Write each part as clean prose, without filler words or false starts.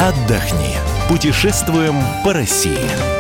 отдохни. Путешествуем по России.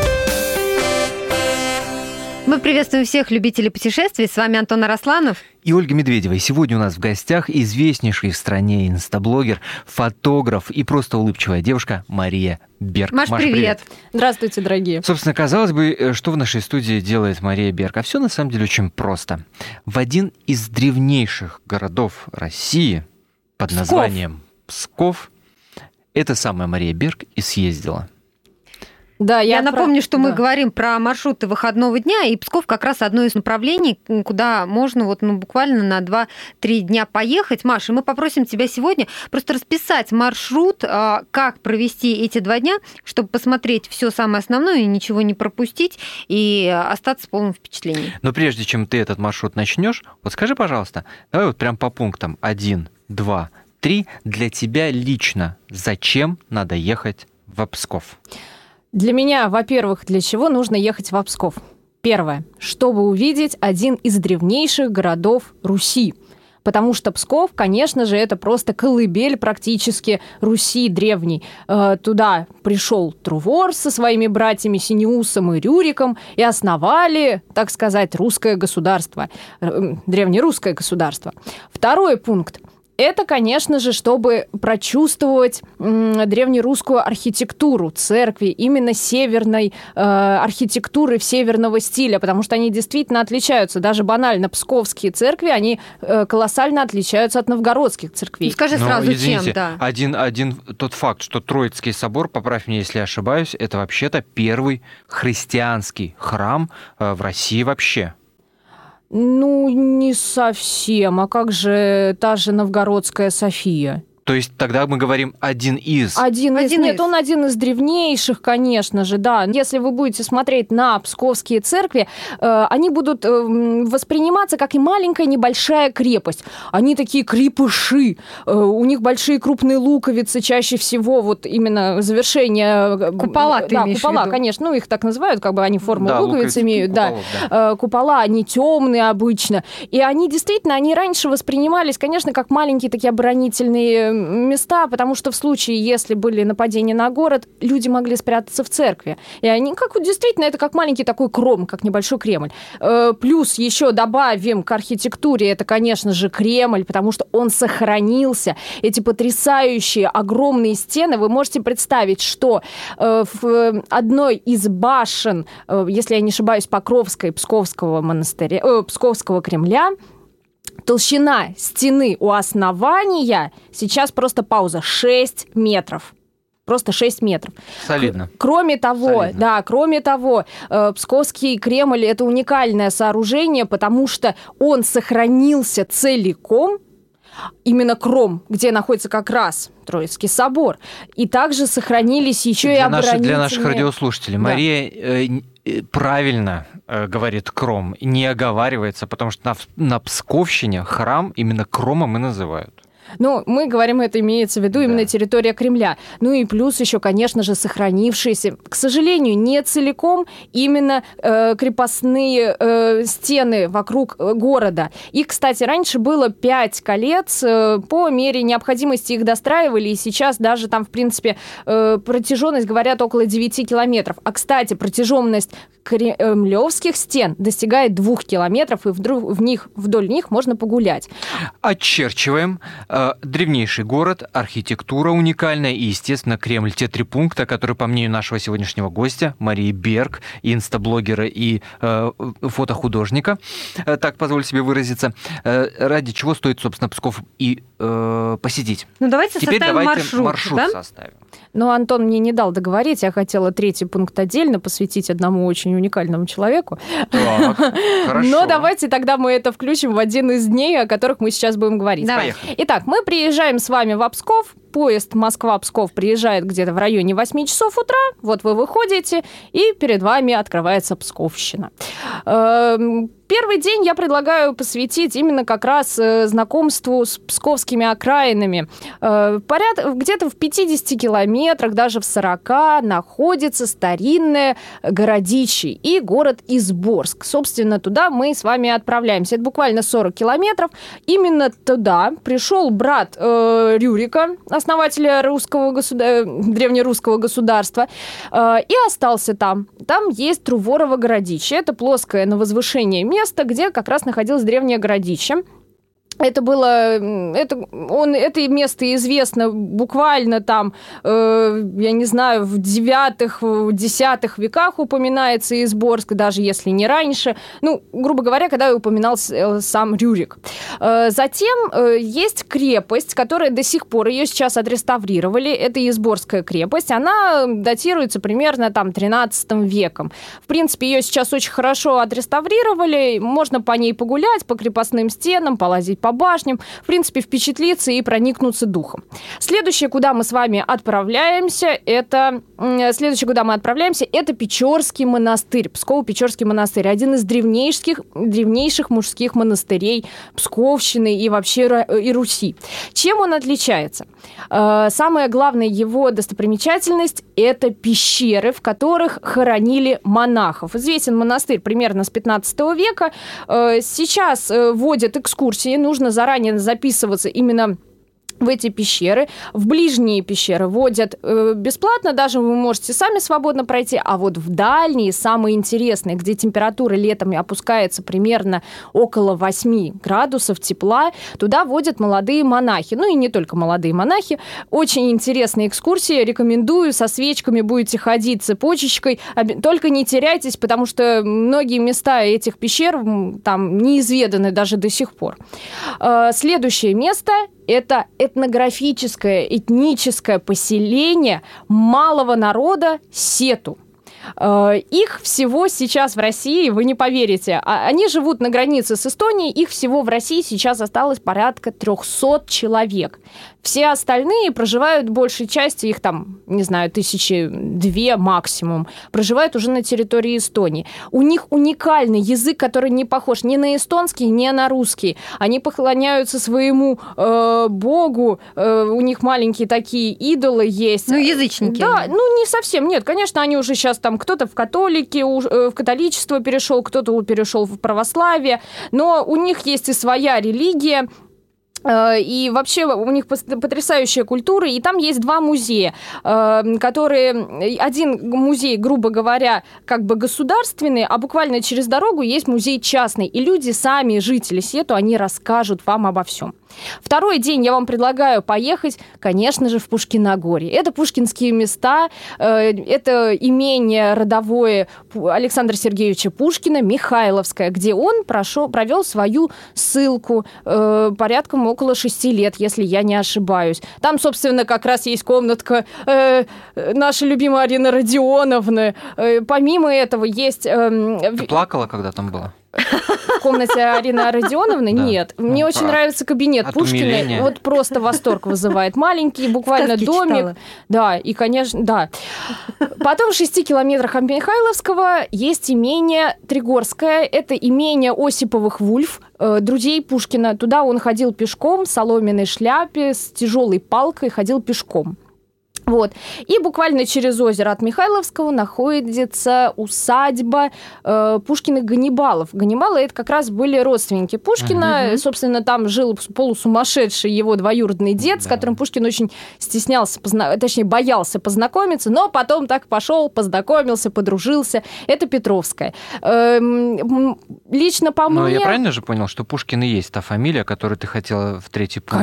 Мы приветствуем всех любителей путешествий. С вами Антон Арасланов и Ольга Медведева. И сегодня у нас в гостях известнейший в стране инстаблогер, фотограф и просто улыбчивая девушка Мария Берг. Маш, привет. Здравствуйте, дорогие. Собственно, казалось бы, что в нашей студии делает Мария Берг? А все на самом деле очень просто. В один из древнейших городов России под названием Псков эта самая Мария Берг и съездила. Да, я напомню, что мы говорим про маршруты выходного дня, и Псков как раз одно из направлений, куда можно буквально на 2-3 дня поехать. Маша, мы попросим тебя сегодня просто расписать маршрут, как провести эти 2 дня, чтобы посмотреть все самое основное и ничего не пропустить, и остаться с полным впечатлением. Но прежде чем ты этот маршрут начнешь, вот скажи, пожалуйста, давай прям по пунктам 1, 2, 3, для тебя лично зачем надо ехать в Псков? Для меня, во-первых, для чего нужно ехать в Псков? Первое, чтобы увидеть один из древнейших городов Руси. Потому что Псков, конечно же, это просто колыбель практически Руси древней. Туда пришел Трувор со своими братьями Синеусом и Рюриком и основали, так сказать, русское государство, древнерусское государство. Второй пункт. Это, конечно же, чтобы прочувствовать древнерусскую архитектуру церкви, именно северной архитектуры северного стиля, потому что они действительно отличаются. Даже банально псковские церкви, они колоссально отличаются от новгородских церквей. Скажи сразу, извините, чем, да. Один тот факт, что Троицкий собор, поправь меня, если я ошибаюсь, это вообще-то первый христианский храм в России вообще. Не совсем. А как же та же Новгородская София? То есть тогда мы говорим один из. Нет, он один из древнейших, конечно же, да. Если вы будете смотреть на псковские церкви, они будут восприниматься как и маленькая небольшая крепость. Они такие крепыши. У них большие крупные луковицы, чаще всего вот именно завершение... Купола ты имеешь в виду? Купола, конечно. Их так называют, как бы они форму луковиц имеют. Куполов, да. Купола, они темные обычно. И они действительно, они раньше воспринимались, конечно, как маленькие такие оборонительные места, потому что в случае, если были нападения на город, люди могли спрятаться в церкви. И они действительно, это как маленький такой кром, как небольшой Кремль. Плюс еще добавим к архитектуре, это, конечно же, Кремль, потому что он сохранился. Эти потрясающие огромные стены, вы можете представить, что в одной из башен, если я не ошибаюсь, Покровской, Псковского монастыря, Псковского Кремля, толщина стены у основания, сейчас просто пауза, 6 метров. Просто 6 метров. Солидно. Кроме того, Псковский Кремль – это уникальное сооружение, потому что он сохранился целиком, именно кром, где находится как раз Троицкий собор. И также сохранились еще и оборонительные... Для наших радиослушателей. Да. Мария правильно говорит кром, не оговаривается, потому что на Псковщине храм именно кромом и называют. Мы говорим, это имеется в виду именно территория Кремля. И плюс еще, конечно же, сохранившиеся, к сожалению, не целиком именно крепостные стены вокруг города. Их, кстати, раньше было 5 колец, по мере необходимости их достраивали, и сейчас даже там, в принципе, протяженность, говорят, около 9 километров. А, кстати, протяженность кремлевских стен достигает 2 километров, и вдоль них можно погулять. Очерчиваем. Древнейший город, архитектура уникальная и, естественно, Кремль. Те 3 пункта, которые, по мнению нашего сегодняшнего гостя, Марии Берг, инстаблогера и фотохудожника, так позволю себе выразиться, ради чего стоит, собственно, Псков и посетить. Давайте составим маршрут да? составим. Антон мне не дал договорить. Я хотела 3-й пункт отдельно посвятить одному очень уникальному человеку. Так, хорошо. Но давайте тогда мы это включим в один из дней, о которых мы сейчас будем говорить. Поехали. Итак, мы приезжаем с вами в Псков. Поезд Москва-Псков приезжает где-то в районе 8 часов утра. Вот вы выходите, и перед вами открывается Псковщина. Первый день я предлагаю посвятить именно как раз знакомству с псковскими окраинами. Где-то в 50 километрах, даже в 40, находится старинное городище и город Изборск. Собственно, туда мы с вами отправляемся. Это буквально 40 километров. Именно туда пришел брат Рюрика, основателя древнерусского государства, и остался там. Там есть Труворово городище. Это плоское на возвышение место, где как раз находилось древнее городище. Это место известно буквально там, я не знаю, в 9-10 веках упоминается Изборск, даже если не раньше. Ну, грубо говоря, когда упоминал сам Рюрик. Затем есть крепость, которая до сих пор, ее сейчас отреставрировали. Это Изборская крепость. Она датируется примерно там 13 веком. В принципе, ее сейчас очень хорошо отреставрировали. Можно по ней погулять, по крепостным стенам, полазить по башням, в принципе, впечатлиться и проникнуться духом. Следующее, куда мы с вами отправляемся, это Печорский монастырь, Псково-Печорский монастырь, один из древнейших мужских монастырей Псковщины и вообще и Руси. Чем он отличается? Самая главная его достопримечательность – это пещеры, в которых хоронили монахов. Известен монастырь примерно с 15 века. Сейчас вводят экскурсии, нужно заранее записываться именно в эти пещеры. В ближние пещеры водят бесплатно, даже вы можете сами свободно пройти, а вот в дальние, самые интересные, где температура летом опускается примерно около 8 градусов тепла, туда водят молодые монахи. Ну и не только молодые монахи. Очень интересные экскурсии, рекомендую, со свечками будете ходить, цепочечкой. Только не теряйтесь, потому что многие места этих пещер там неизведаны даже до сих пор. Следующее место – это этнографическое, этническое поселение малого народа Сету. Их всего сейчас в России, вы не поверите, они живут на границе с Эстонией, их всего в России сейчас осталось порядка 300 человек. Все остальные проживают, большей части, их там, не знаю, 1002 максимум, проживают уже на территории Эстонии. У них уникальный язык, который не похож ни на эстонский, ни на русский. Они поклоняются своему богу, у них маленькие такие идолы есть. Ну, язычники. Да, ну, не совсем, нет, конечно, они уже сейчас там кто-то в католичество перешел, кто-то перешел в православие, но у них есть и своя религия. И вообще у них потрясающая культура, и там есть два музея, которые... Один музей, грубо говоря, как бы государственный, а буквально через дорогу есть музей частный. И люди, сами жители Сету, они расскажут вам обо всем. Второй день я вам предлагаю поехать, конечно же, в Пушкиногорье. Это пушкинские места, это имение родовое Александра Сергеевича Пушкина, Михайловское, где он провел свою ссылку порядком около 6 лет, если я не ошибаюсь. Там, собственно, как раз есть комнатка нашей любимой Арины Родионовны. Помимо этого есть... Ты плакала, когда там была? В комнате Арины Родионовны? Да. Нет. Мне очень нравится кабинет Пушкина. Умиления. Вот просто восторг вызывает. Маленький, буквально сказки домик. Читала. Да, и, конечно, да. Потом в 6 километрах от Михайловского есть имение Тригорское. Это имение Осиповых Вульф, друзей Пушкина. Туда он ходил пешком, в соломенной шляпе, с тяжелой палкой, ходил пешком. Вот. И буквально через озеро от Михайловского находится усадьба Пушкиных Ганнибалов. Ганнибалы — это как раз были родственники Пушкина. Собственно, там жил полусумасшедший его двоюродный дед, с которым Пушкин очень стеснялся, боялся познакомиться, но потом так пошел, познакомился, подружился. Это Петровская. Лично по мне... Но я правильно же понял, что Пушкин и есть та фамилия, которую ты хотела в третий пункт?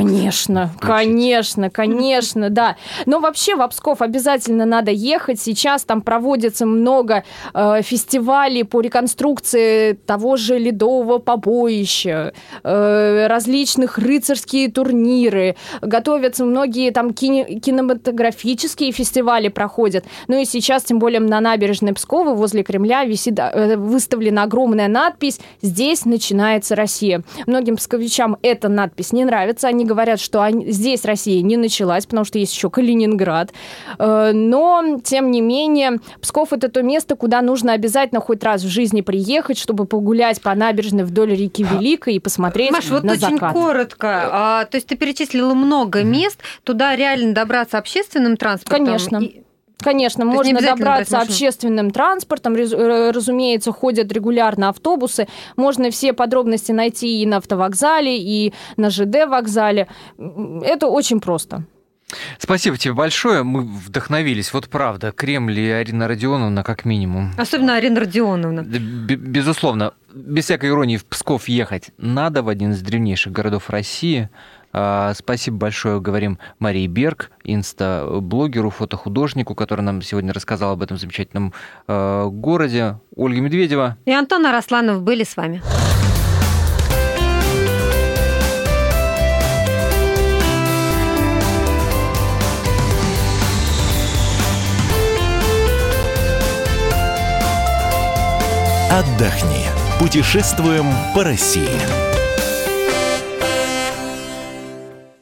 Конечно, да. Но вообще в Псков обязательно надо ехать. Сейчас там проводится много фестивалей по реконструкции того же Ледового побоища, различных рыцарские турниры, готовятся многие там кинематографические фестивали проходят. Ну и сейчас, тем более на набережной Пскова возле Кремля выставлена огромная надпись «Здесь начинается Россия». Многим псковичам эта надпись не нравится. Они говорят, что здесь Россия не началась, потому что есть еще Калининград. назад. Но, тем не менее, Псков – это то место, куда нужно обязательно хоть раз в жизни приехать, чтобы погулять по набережной вдоль реки Великой и посмотреть на закат. Маш, вот очень коротко. То есть ты перечислила много мест, туда реально добраться общественным транспортом? Конечно, можно добраться общественным транспортом, разумеется, ходят регулярно автобусы, можно все подробности найти и на автовокзале, и на ЖД-вокзале. Это очень просто. Спасибо тебе большое, мы вдохновились. Вот правда, Кремль и Арина Родионовна как минимум. Особенно Арина Родионовна. Безусловно, без всякой иронии в Псков ехать надо, в один из древнейших городов России. Спасибо большое, говорим Марии Берг, инста-блогеру, фотохудожнику, который нам сегодня рассказал об этом замечательном городе. Ольга Медведева и Антон Арасланов были с вами. Отдохни. Путешествуем по России.